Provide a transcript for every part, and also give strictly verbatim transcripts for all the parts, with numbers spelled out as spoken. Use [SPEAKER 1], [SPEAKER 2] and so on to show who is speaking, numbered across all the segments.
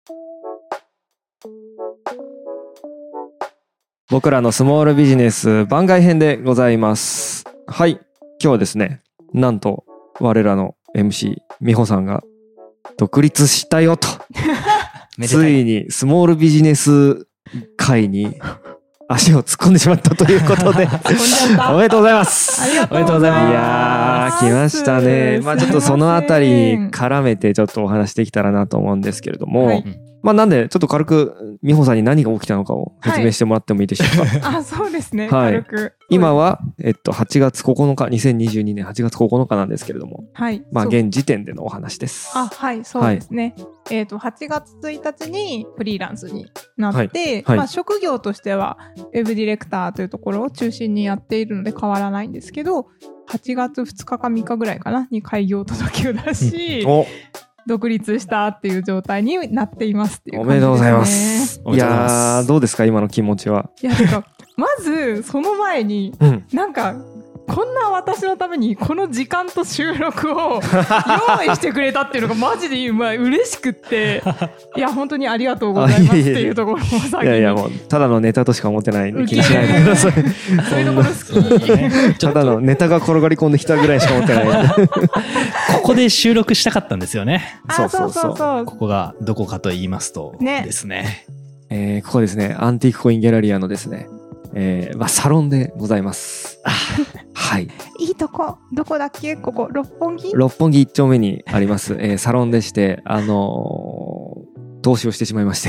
[SPEAKER 1] 僕らのスモールビジネス番外編でございます。はい、今日はですね、なんと我らの エムシー 美穂さんが独立したよとついにスモールビジネス界に足を突っ込んでしまったということでおめでとうございます。
[SPEAKER 2] ありがとうございます。
[SPEAKER 1] いやー来ましたね。まあちょっとそのあたり絡めてちょっとお話できたらなと思うんですけれども、はい、まあなんでちょっと軽く美穂さんに何が起きたのかを説明してもらってもいいでしょうか。
[SPEAKER 2] はい、あ、そうですね、
[SPEAKER 1] はい、
[SPEAKER 2] 軽く
[SPEAKER 1] 今は、えっと、はちがつここのかにせんにじゅうにねんはちがつここのかなんですけれども、はい、まあ現時点でのお話です。
[SPEAKER 2] あ、はい、そうですね、はい、えっとはちがつついたちにフリーランスになって、はいはい、まあ、職業としてはウェブディレクターというところを中心にやっているので変わらないんですけど、はちがつふつかかみっかぐらいかなに開業届を出し、うん、独立したっていう状態になっていますっていう感じですね。
[SPEAKER 1] おめでとうございます。いやーどうですか今の気持ちは。
[SPEAKER 2] いやてかまずその前に、うん、なんかこんな私のためにこの時間と収録を用意してくれたっていうのがマジで、まあ、嬉しくっていや本当にありがとうございますっていうところも先にい
[SPEAKER 1] やいやもうただのネタとしか思ってないんで気にしないでください。
[SPEAKER 2] そういうところ好き
[SPEAKER 1] ただのネタが転がり込んできたぐらいしか思ってないんでこ
[SPEAKER 3] こで収録したかったんですよね。
[SPEAKER 2] そうそうそうそう。
[SPEAKER 3] ここがどこかと言いますとですね、ね
[SPEAKER 1] えー、ここですねアンティークコインギャラリアのですねえーまあ、サロンでございます。はい。
[SPEAKER 2] いいとこどこだっけここ六本木
[SPEAKER 1] 六本木一丁目にあります、えー、サロンでしてあのー、投資をしてしまいまして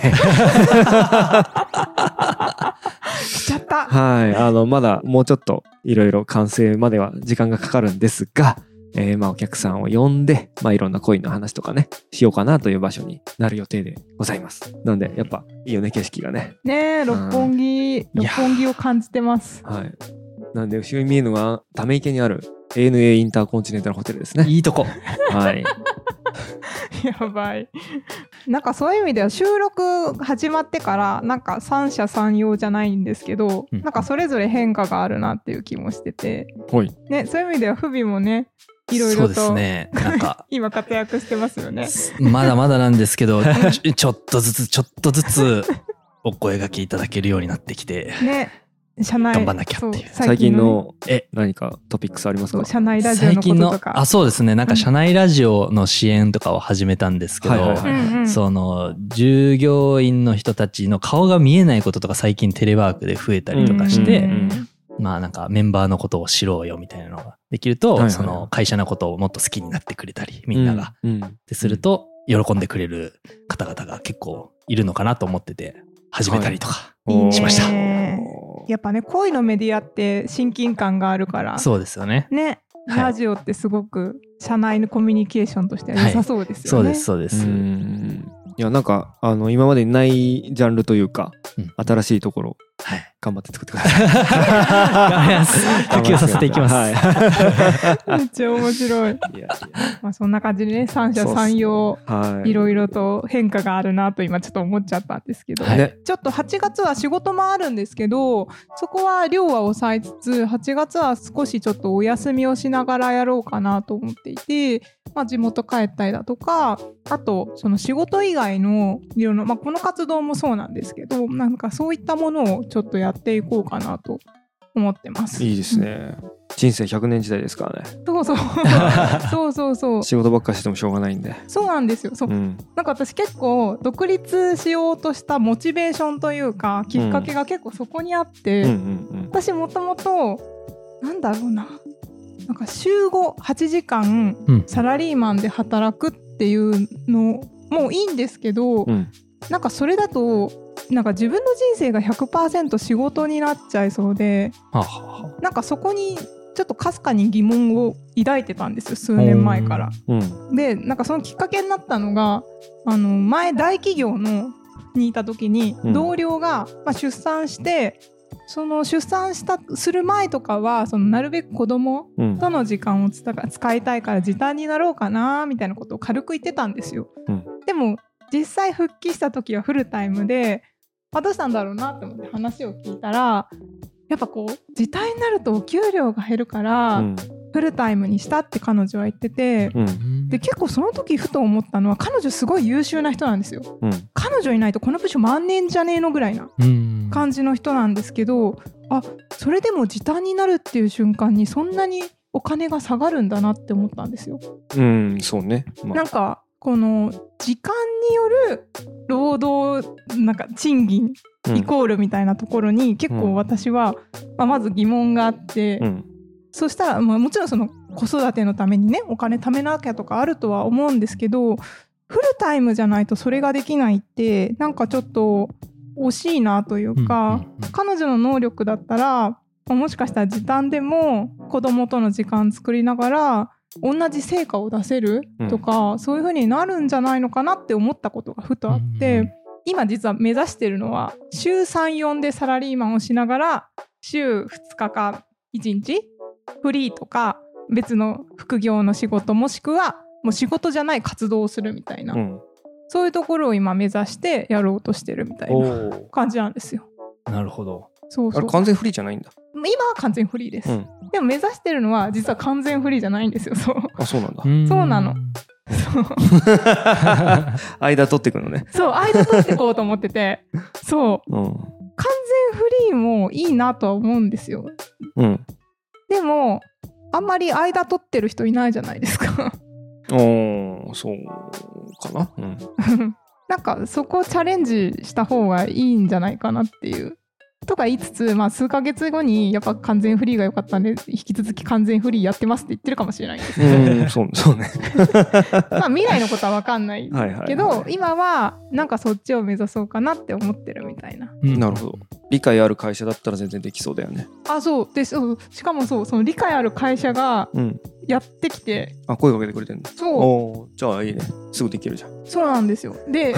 [SPEAKER 2] しちゃった。
[SPEAKER 1] はいあのまだもうちょっといろいろ完成までは時間がかかるんですが、えー、まあお客さんを呼んで、まあ、いろんなコインの話とかねしようかなという場所になる予定でございます。なのでやっぱいいよね景色がね。
[SPEAKER 2] ねえ六本木、うん、六本木を感じてます。
[SPEAKER 1] はい。なんで後ろに見えるのがため池にある エーエヌエー インターコンチネンタルホテルですね。
[SPEAKER 3] いいとこ。
[SPEAKER 1] はい。
[SPEAKER 2] やばい。なんかそういう意味では収録始まってからなんか三者三様じゃないんですけど、うん、なんかそれぞれ変化があるなっていう気もしてて、
[SPEAKER 1] はい、
[SPEAKER 2] ね、そういう意味では不備もねいろいろと
[SPEAKER 3] そうですねなんか
[SPEAKER 2] 今活躍してますよね。
[SPEAKER 3] まだまだなんですけどち, ちょっとずつちょっとずつお声掛けいただけるようになってきて
[SPEAKER 2] ね社内
[SPEAKER 3] 頑張んなきゃっていう。
[SPEAKER 1] 最近のえ何かトピックスありますか？
[SPEAKER 2] 社内ラジオのこととか。最近の
[SPEAKER 3] あそうですねなんか社内ラジオの支援とかを始めたんですけど、その従業員の人たちの顔が見えないこととか最近テレワークで増えたりとかして、まあなんかメンバーのことを知ろうよみたいなのができると、はいはい、その会社のことをもっと好きになってくれたりみんなが、うんうん、ですると喜んでくれる方々が結構いるのかなと思ってて始めたりとかしました。はい
[SPEAKER 2] やっぱね恋のメディアって親近感があるから
[SPEAKER 3] そうですよね。
[SPEAKER 2] ねラジオってすごく社内のコミュニケーションとしては良さそうですよね。
[SPEAKER 3] はい、そうですそうです。
[SPEAKER 1] うんいやなんかあの今までにないジャンルというか、うん、新しいところはい、頑張って作ってください。頑
[SPEAKER 3] 張ります。普及させていきます。
[SPEAKER 2] はい、めっちゃ面白い。いやいやまあそんな感じでね三者三様いろいろと変化があるなと今ちょっと思っちゃったんですけど、はい、ちょっとはちがつは仕事もあるんですけどそこは量は抑えつつはちがつは少しちょっとお休みをしながらやろうかなと思っていて、まあ、地元帰ったりだとかあとその仕事以外のいろんな、まあ、この活動もそうなんですけどなんかそういったものをちょっとやっていこうかなと思ってます。
[SPEAKER 1] いいですね、うん、人生ひゃくねん時代ですからね。
[SPEAKER 2] そうそうそうそうそう
[SPEAKER 1] 仕事ばっかりしてもしょうがないんで。
[SPEAKER 2] そうなんですよそう、うん、なんか私結構独立しようとしたモチベーションというかきっかけが結構そこにあって、うんうんうんうん、私もともとなんだろうななんか週ごはちじかんサラリーマンで働くっていうのもういいんですけど、うん、なんかそれだとなんか自分の人生が ひゃくパーセント 仕事になっちゃいそうで、はあ、なんかそこにちょっとかすかに疑問を抱いてたんですよ数年前から、うん、でなんかそのきっかけになったのがあの前大企業のにいた時に同僚が、まあ、出産してその出産したする前とかはそのなるべく子供との時間をつた使いたいから時短になろうかなみたいなことを軽く言ってたんですよ、うん、でも実際復帰した時はフルタイムでどうしたんだろうなって思って話を聞いたらやっぱこう時短になるとお給料が減るから、うん、フルタイムにしたって彼女は言ってて、うん、 で結構その時ふと思ったのは彼女すごい優秀な人なんですよ、うん、彼女いないとこの部署回んねえんじゃねえのぐらいな感じの人なんですけど、あ、それでも時短になるっていう瞬間にそんなにお金が下がるんだなって思ったんですよ。
[SPEAKER 1] うん、そうね、
[SPEAKER 2] まあ、なんかこの時間による労働なんか賃金イコールみたいなところに結構私は、うんまあ、まず疑問があって、うん、そしたら、まあ、もちろんその子育てのためにねお金貯めなきゃとかあるとは思うんですけど、フルタイムじゃないとそれができないってなんかちょっと惜しいなというか、うんうんうん、彼女の能力だったらもしかしたら時短でも子供との時間作りながら同じ成果を出せるとか、うん、そういう風になるんじゃないのかなって思ったことがふとあって、うん、今実は目指してるのは週さん、よんでサラリーマンをしながら週ふつかかいちにちフリーとか別の副業の仕事もしくはもう仕事じゃない活動をするみたいな、うん、そういうところを今目指してやろうとしてるみたいな感じなんですよ。
[SPEAKER 3] なるほど。
[SPEAKER 1] そうそう、あれ完全フリーじゃないんだ。
[SPEAKER 2] 今は完全フリーです、うん、でも目指してるのは実は完全フリーじゃないんですよ。そう、
[SPEAKER 1] あ、そうなんだ。
[SPEAKER 2] そうなの。そう
[SPEAKER 1] 間取っていくのね。
[SPEAKER 2] そう間取っていこうと思っててそう、うん、完全フリーもいいなとは思うんですよ、うん、でもあんまり間取ってる人いないじゃないですか
[SPEAKER 1] おー、そうかな、うん、
[SPEAKER 2] なんかそこをチャレンジした方がいいんじゃないかなっていうとか言いつつ、まあ、数ヶ月後にやっぱ完全フリーが良かったんで引き続き完全フリーやってますって言ってるかもしれないんですけど、
[SPEAKER 1] うん、そう、そうね
[SPEAKER 2] まあ未来のことは分かんないけど、はいはいはい、今はなんかそっちを目指そうかなって思ってるみたいな、
[SPEAKER 1] うん、なるほど。理解ある会社だったら全然できそうだよね。
[SPEAKER 2] あ、そうで、そう、しかもそう、その理解ある会社がやってきて、
[SPEAKER 1] うん、あ、声かけてくれてるんだ。
[SPEAKER 2] そう、
[SPEAKER 1] お、じゃあいいね、すぐできるじゃん。
[SPEAKER 2] そうなんですよ。で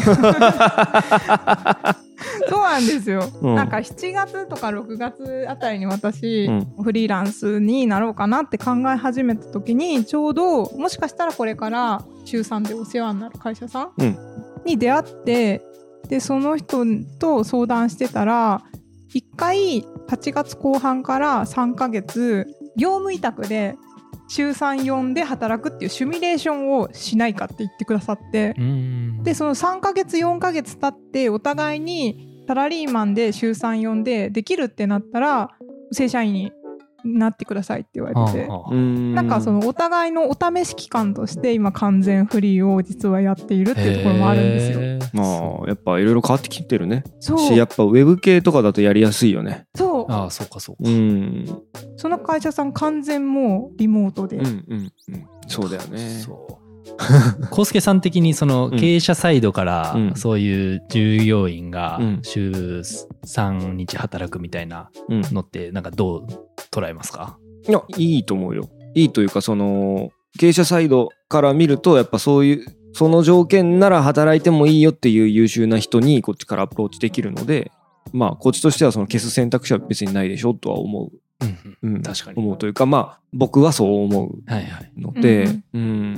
[SPEAKER 2] そうなんですよ、うん、なんかしちがつとかろくがつあたりに私、うん、フリーランスになろうかなって考え始めた時にちょうどもしかしたらこれから週さんでお世話になる会社さんに出会って、うん、でその人と相談してたらいっかいはちがつこう半からさんかげつ業務委託で週さん、よんで働くっていうシミュレーションをしないかって言ってくださって、でそのさんかげつよんかげつ経ってお互いにサラリーマンで週さん、よんでできるってなったら正社員になってくださいって言われてて、はあはあ、なんかそのお互いのお試し期間として今完全フリーを実はやっているっていうところもあるんですよ。
[SPEAKER 1] まあやっぱいろいろ変わってきてるね。そうし、やっぱウェブ系とかだとやりやすいよね。
[SPEAKER 2] そう、
[SPEAKER 3] ああ、そうかそうか。
[SPEAKER 1] うん、
[SPEAKER 2] その会社さん完全もうリモートで、
[SPEAKER 1] うんうんうん、そうだよね。そう
[SPEAKER 3] 康介さん的にその経営者サイドからそういう従業員が週さんにち働くみたいなのってなんかどう捉えますか？
[SPEAKER 1] いや、いいと思うよ。いいというか、その経営者サイドから見るとやっぱそういうその条件なら働いてもいいよっていう優秀な人にこっちからアプローチできるので、まあこっちとしてはその消す選択肢は別にないでしょとは思う。
[SPEAKER 3] うんうん、確かに
[SPEAKER 1] 思うというか、まあ僕はそう思うので、はいはい、うん、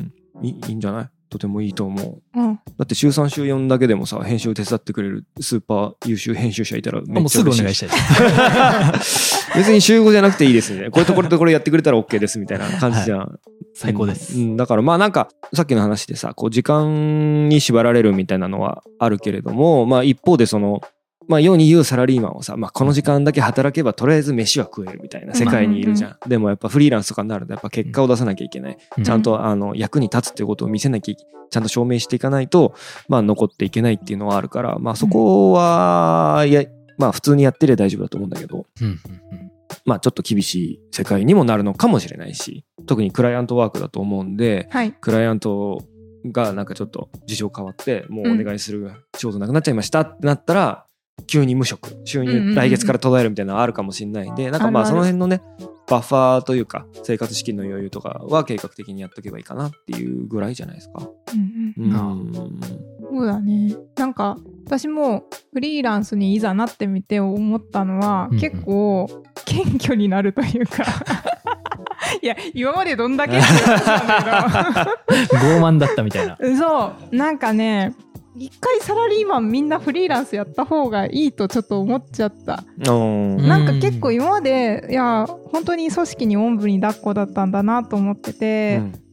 [SPEAKER 1] いいいんじゃない？とてもいいと思う、うん、だって週さん、週よんだけでもさ編集手伝ってくれるスーパー優秀編集者いたらめっちゃ嬉しい。
[SPEAKER 3] もうすぐお願いしたいです
[SPEAKER 1] 別に週ごじゃなくていいですね、こういうところとこれやってくれたら OK ですみたいな感じじゃん、はい、
[SPEAKER 3] 最高です、
[SPEAKER 1] うん、だからまあなんかさっきの話でさこう時間に縛られるみたいなのはあるけれども、まあ一方でそのまあ世に言うサラリーマンはさ、まあ、この時間だけ働けばとりあえず飯は食えるみたいな世界にいるじゃん、うんうん、でもやっぱフリーランスとかになるとやっぱ結果を出さなきゃいけない、うん、ちゃんとあの役に立つっていうことを見せなきゃちゃんと証明していかないとまあ残っていけないっていうのはあるから、まあそこはいやまあ普通にやってりゃ大丈夫だと思うんだけど、うんうんうん、まあちょっと厳しい世界にもなるのかもしれないし、特にクライアントワークだと思うんで、はい、クライアントがなんかちょっと事情変わってもうお願いする仕事なくなっちゃいましたってなったら、うん、急に無職収入来月から途絶えるみたいなのあるかもしれないんで、なんかまあその辺のねバッファーというか生活資金の余裕とかは計画的にやっとけばいいかなっていうぐらいじゃないですか。うんうん、うん、
[SPEAKER 2] そうだね。なんか私もフリーランスにいざなってみて思ったのは、うんうん、結構謙虚になるというかいや今までどんだけって言ってたんだ
[SPEAKER 3] けど傲慢だったみたいな。
[SPEAKER 2] そうなんかね一回サラリーマンみんなフリーランスやった方がいいとちょっと思っちゃった。なんか結構今までいや本当に組織におんぶに抱っこだったんだなと思ってて、うん、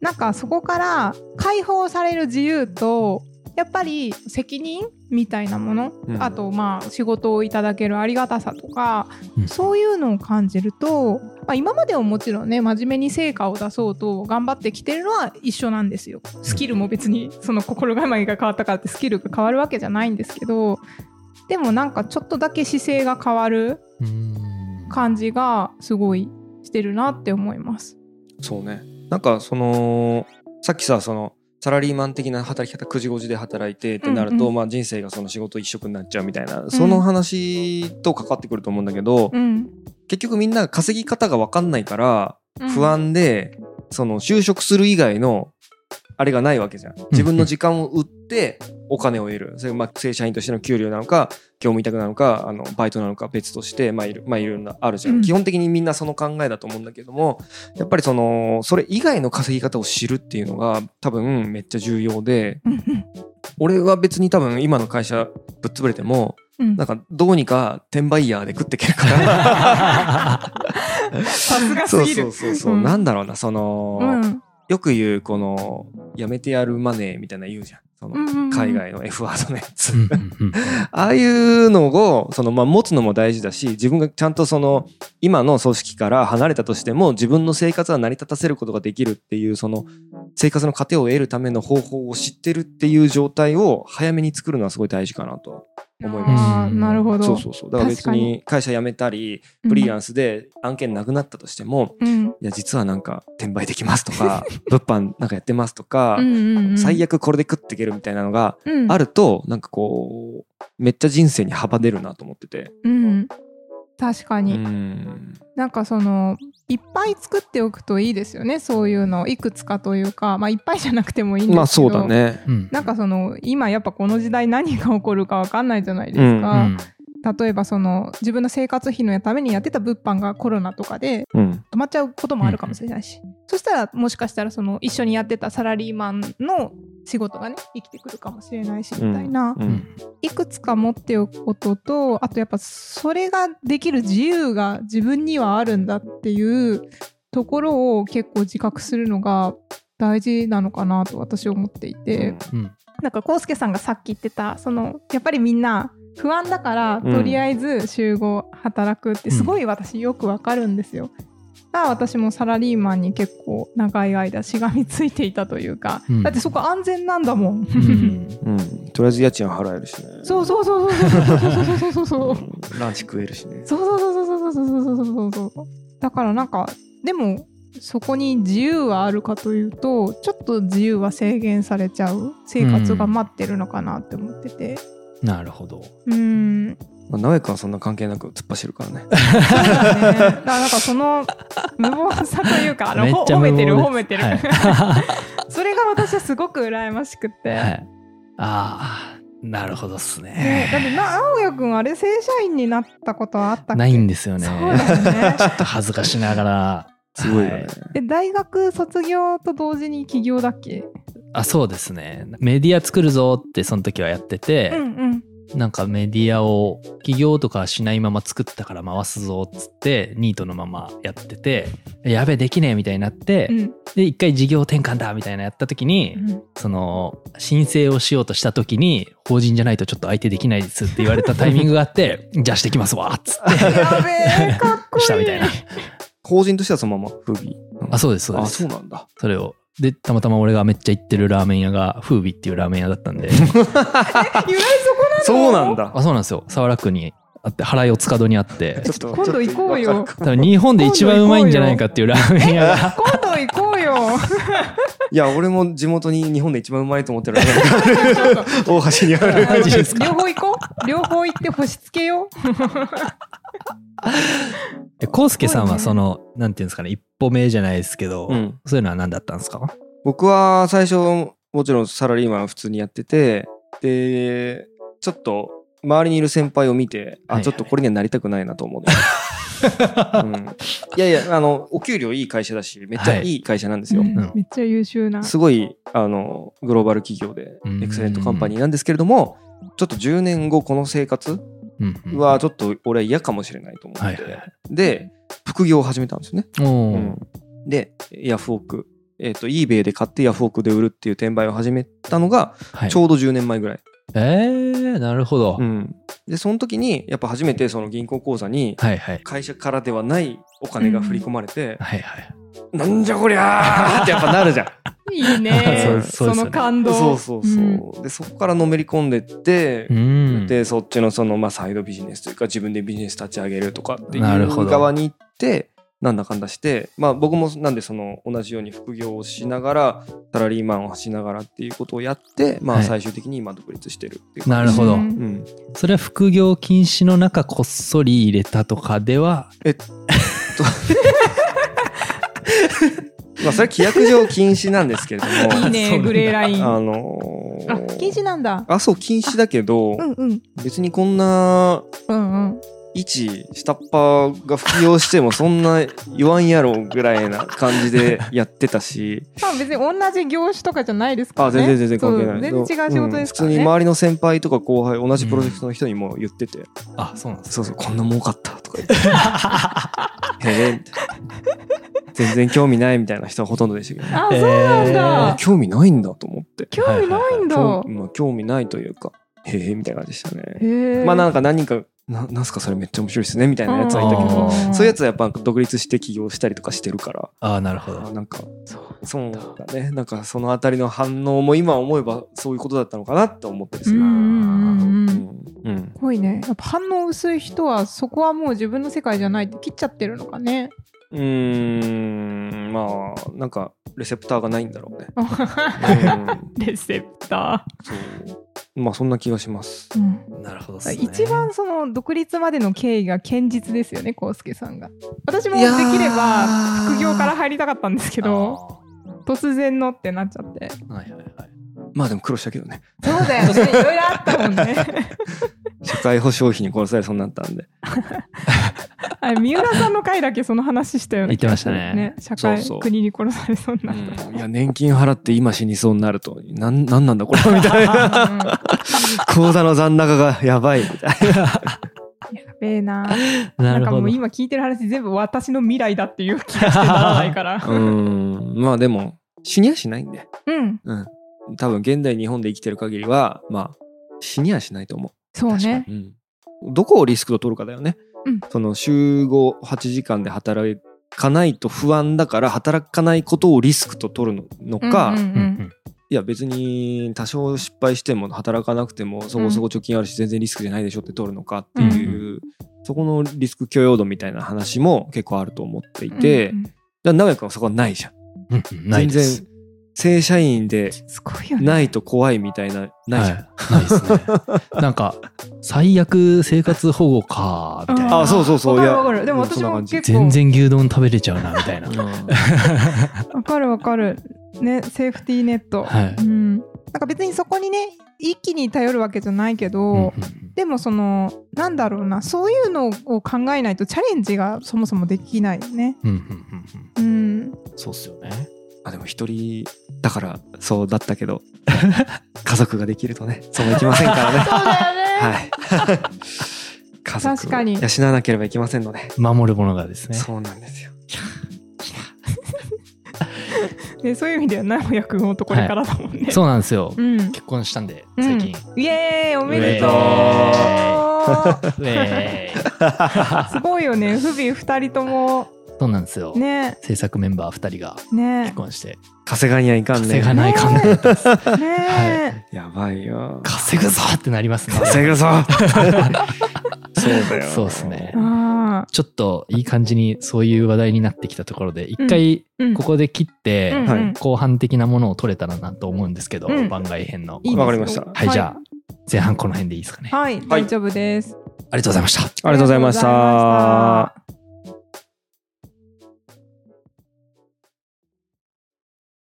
[SPEAKER 2] なんかそこから解放される自由とやっぱり責任みたいなもの、うん、あとまあ仕事をいただけるありがたさとか、うん、そういうのを感じると、まあ、今まではもちろんね真面目に成果を出そうと頑張ってきてるのは一緒なんですよ。スキルも別にその心構えが変わったからってスキルが変わるわけじゃないんですけど、でもなんかちょっとだけ姿勢が変わる感じがすごいしてるなって思います。
[SPEAKER 1] そうね、なんかそのさっきさそのサラリーマン的な働き方くじごじで働いてってなると、うんうん、まあ人生がその仕事一色になっちゃうみたいな、うん、その話と関わってくると思うんだけど、うん、結局みんな稼ぎ方が分かんないから不安で、うん、その就職する以外のあれがないわけじゃん。自分の時間を売ってお金を得る、それまあ正社員としての給料なのか業務委託なのかあのバイトなのか別としてまあいるまあいろんなあるじゃん、うん、基本的にみんなその考えだと思うんだけども、やっぱりそのそれ以外の稼ぎ方を知るっていうのが多分めっちゃ重要で、うん、俺は別に多分今の会社ぶっ潰れても、うん、なんかどうにか転売ヤーで食っていけるから
[SPEAKER 2] さすがすぎる。
[SPEAKER 1] そうそうそうそう、うん、なんだろうなその、うんよく言うこのやめてやるマネーみたいな言うじゃん、その海外の F ワードのやつああいうのをそのまあ持つのも大事だし、自分がちゃんとその今の組織から離れたとしても自分の生活は成り立たせることができるっていうその生活の糧を得るための方法を知ってるっていう状態を早めに作るのはすごい大事かなと思います。
[SPEAKER 2] あー、なるほど。
[SPEAKER 1] そうそうそう。だから別に会社辞めたりフリーランスで案件なくなったとしても、うん、いや実はなんか転売できますとか物販なんかやってますとかうんうん、うん、最悪これで食っていけるみたいなのがあると、うん、なんかこうめっちゃ人生に幅出るなと思ってて、
[SPEAKER 2] うん、確かに、うん、なんかそのいっぱい作っておくといいですよね。そういうのいくつかというか、まあいっぱいじゃなくてもいいんですけど、まあそうだね、なんかその今やっぱこの時代何が起こるか分かんないじゃないですか、うんうん、例えばその自分の生活費のためにやってた物販がコロナとかで止まっちゃうこともあるかもしれないし、うん、そしたらもしかしたらその一緒にやってたサラリーマンの仕事がね生きてくるかもしれないしみたいな、うんうん、いくつか持っておくことと、あとやっぱそれができる自由が自分にはあるんだっていうところを結構自覚するのが大事なのかなと私は思っていて、うんうん、なんか康介さんがさっき言ってたそのやっぱりみんな不安だからとりあえず週ご働くってすごい私よくわかるんですよ。だから私もサラリーマンに結構長い間しがみついていたというか、うん、だってそこ安全なんだもん、うん
[SPEAKER 1] うん、とりあえず家賃払えるしね。
[SPEAKER 2] そうそうそうそうそうそうそうそう
[SPEAKER 1] ランチ食えるしね。
[SPEAKER 2] そうそうそうそうそうそうそうそうそう。だからなんかでもそこに自由はあるかというとちょっと自由は制限されちゃう生活が待ってるのかなって思ってて、
[SPEAKER 3] うん、なるほど。
[SPEAKER 2] うん、
[SPEAKER 1] まあ、直江君はそんな関係なく突っ走るからね。
[SPEAKER 2] そうだね。だからなんかその無謀さというかあの褒めてる褒めてる、はい、それが私はすごく羨ましくて、はい、
[SPEAKER 3] ああなるほどっすね。
[SPEAKER 2] ねだって直哉君あれ正社員になったことはあったっけ？
[SPEAKER 3] ないんですよね。
[SPEAKER 2] そうだよね。
[SPEAKER 3] ちょっと恥ずかしながら。
[SPEAKER 1] すごいよね。
[SPEAKER 2] で大学卒業と同時に起業だっけ？
[SPEAKER 3] あ、そうですね。メディア作るぞってその時はやってて、うんうんなんかメディアを起業とかしないまま作ったから回すぞっつってニートのままやっててやべえできねえみたいになって、うん、で一回事業転換だみたいなやった時に、うん、その申請をしようとした時に法人じゃないとちょっと相手できないですって言われたタイミングがあってじゃあしてきますわっつって
[SPEAKER 2] やべえかっこいい
[SPEAKER 3] したみたいな。
[SPEAKER 1] 法人としてはそのままフービー。
[SPEAKER 3] あ、そうですそうです。
[SPEAKER 1] あ、そうなんだ。
[SPEAKER 3] それをでたまたま俺がめっちゃ行ってるラーメン屋がフービーっていうラーメン屋だったんで。
[SPEAKER 2] え、由来そこなの？
[SPEAKER 1] そうなんだ。
[SPEAKER 3] あ、そうなんですよ。早良区にあって原四つ角にあって。
[SPEAKER 2] ちょっと今度行こうよ。
[SPEAKER 3] 多分日本で一番うまいんじゃないかっていうラーメン屋が。
[SPEAKER 2] 今度行こうよ。
[SPEAKER 1] いや俺も地元に日本で一番うまいと思ってるラーメンがある。大橋にある。
[SPEAKER 2] マジですか？両方行こう。両方行って星つけよう。
[SPEAKER 3] 康介さんはそのなんていうんですかね一歩目じゃないですけど、うん、そういうのは何だったんですか？
[SPEAKER 1] 僕は最初もちろんサラリーマン普通にやっててでちょっと周りにいる先輩を見て、はいはい、あちょっとこれにはなりたくないなと思って、うん、いやいやあのお給料いい会社だしめっちゃいい会社なんですよ、はい
[SPEAKER 2] うん、めっちゃ優秀な
[SPEAKER 1] すごいあのグローバル企業でエクセレントカンパニーなんですけれどもちょっとじゅうねんごこの生活はちょっと俺は嫌かもしれないと思って、はいはいはい、で副業を始めたんですよね、うん、でヤフオクえーと、eBay で買ってヤフオクで売るっていう転売を始めたのが、ちょうどじゅうねんまえぐらい。
[SPEAKER 3] えー、なるほど。
[SPEAKER 1] うん。で、その時に、やっぱ初めてその銀行口座に、会社からではないお金が振り込まれて、はいはい、なんじゃこりゃーってやっぱなるじゃん。
[SPEAKER 2] いいねそ, その感動。
[SPEAKER 1] そうそうそう、うん、でそこからのめり込んでって、うん、でそっちのそのまあサイドビジネスというか自分でビジネス立ち上げるとかっていう側に行って、なんだかんだして、まあ僕もなんでその同じように副業をしながらサラリーマンをしながらっていうことをやって、まあ最終的に今独立してるっていう、
[SPEAKER 3] はい、なるほど、うん、それは副業禁止の中こっそり入れたとかではえっとまあそれは規約上禁止なんですけれども
[SPEAKER 2] いいねグレーライン。
[SPEAKER 1] あのー、
[SPEAKER 2] あ禁止なんだ。
[SPEAKER 1] あそう禁止だけど、うんうん、別にこんな、うんうん、一下っ端が副業してもそんな言わんやろぐらいな感じでやってたし
[SPEAKER 2] まあ別に同じ業種とかじゃないですからね。
[SPEAKER 1] あ全然全然関係ない。
[SPEAKER 2] 全然違う仕事ですからね、うん、
[SPEAKER 1] 普通に周りの先輩とか後輩同じプロジェクトの人にも言ってて、うん、
[SPEAKER 3] あそうなんです、ね、
[SPEAKER 1] そうそうこんな儲かったとか言ってへえ全然興味ないみたいな人はほとんどでしたけど、ね、
[SPEAKER 2] あそうなんだ。
[SPEAKER 1] 興味ないんだと思って。
[SPEAKER 2] 興味ないんだ、
[SPEAKER 1] はいはいはい、まあ、興味ないというかへえみたいな感じでしたね。まあなんか何人かな, なんすかそれめっちゃ面白いですねみたいなやつはいたけど、そういうやつはやっぱ独立して起業したりとかしてるから。
[SPEAKER 3] ああなるほど。
[SPEAKER 1] なんかそうそうだね。なんかそのあたりの反応も今思えばそういうことだったのかなって思ってですね。うん
[SPEAKER 2] うん。すごいね。やっぱ反応薄い人はそこはもう自分の世界じゃないって切っちゃってるのかね。
[SPEAKER 1] うーんまあなんかレセプターがないんだろうね。
[SPEAKER 2] うん、レセプター。
[SPEAKER 1] そうまあそんな気がします。う
[SPEAKER 3] ん、なるほどですね。
[SPEAKER 2] 一番その独立までの経緯が堅実ですよね、コウスケさんが。私もできれば副業から入りたかったんですけど、突然のってなっちゃって。はいはいはい。
[SPEAKER 1] まあでも苦労したけどね。
[SPEAKER 2] そうだよね。いろいろあったもんね。
[SPEAKER 1] 社会保障費に殺されそうになったんで。
[SPEAKER 2] あれ三浦さんの回だけその話したよね。
[SPEAKER 3] 言ってましたね。
[SPEAKER 2] ね社会そうそう国に殺されそうになった、
[SPEAKER 1] うん。いや年金払って今死にそうになるとなんなんなんだこれみたいな。口座の残高がやばいみたいな。や
[SPEAKER 2] べえな。なんかもう今聞いてる話全部私の未来だっていう気がしてならないから。
[SPEAKER 1] うんまあでも死にはしないんで。うん。うん。多分現代日本で生きてる限りはまあ死にはしないと思う。
[SPEAKER 2] そうね。
[SPEAKER 1] うん、どこをリスクと取るかだよね。うん、その週ごはちじかんで働かないと不安だから働かないことをリスクと取るのか、うんうんうん、いや別に多少失敗しても働かなくてもそこそこ貯金あるし全然リスクじゃないでしょって取るのかっていう、うんうん、そこのリスク許容度みたいな話も結構あると思っていて、うんうん、だから直哉君はそこはないじゃん、うんうん、ないです。全然正社員でないと怖いみたいな、ないじゃん、はい、ないですね。
[SPEAKER 3] なんか最悪生活保護かみたいな。
[SPEAKER 1] あ、そうそうそう。
[SPEAKER 2] わかるわかる。でも私も結構
[SPEAKER 3] 全然牛丼食べれちゃうなみたいな。
[SPEAKER 2] わかるわかる。ね、セーフティーネット。はい。うん。なんか別にそこにね一気に頼るわけじゃないけど、うんうんうん、でもそのなんだろうな、そういうのを考えないとチャレンジがそもそもできないよね。うんうん
[SPEAKER 3] うんうん。うん。そうっすよね。
[SPEAKER 1] あでも一人だからそうだったけど家族ができるとねそうもいきませんからね。
[SPEAKER 2] そうだよね。
[SPEAKER 1] はい。家族を養わなければいけませんので
[SPEAKER 3] 守るものがですね。
[SPEAKER 1] そうなんですよ。
[SPEAKER 2] でそういう意味では直哉君男れからだもんね、はい、
[SPEAKER 3] そうなんですよ、うん、結婚したんで最近、
[SPEAKER 2] うん、イエーイおめでとう。すごいよね。不備ふたりとも。
[SPEAKER 3] そうなんですよ、ね、制作メンバーふたりが結婚して、ね、
[SPEAKER 1] 稼がにはいかんね。
[SPEAKER 3] 稼がないかんね。ね、
[SPEAKER 1] はい、やばいよ。
[SPEAKER 3] 稼ぐぞってなりますね。
[SPEAKER 1] 稼ぐぞ。そうだよ。
[SPEAKER 3] そうですね。ちょっといい感じにそういう話題になってきたところで一回ここで切って、うんうん、後半的なものを取れたらなと思うんですけど、うん、番外編の。
[SPEAKER 1] わかりました。
[SPEAKER 3] はい、じゃあ前半この辺でいいですかね。
[SPEAKER 2] はい、大丈夫です。
[SPEAKER 3] ありがとうございました。
[SPEAKER 1] ありがとうございました。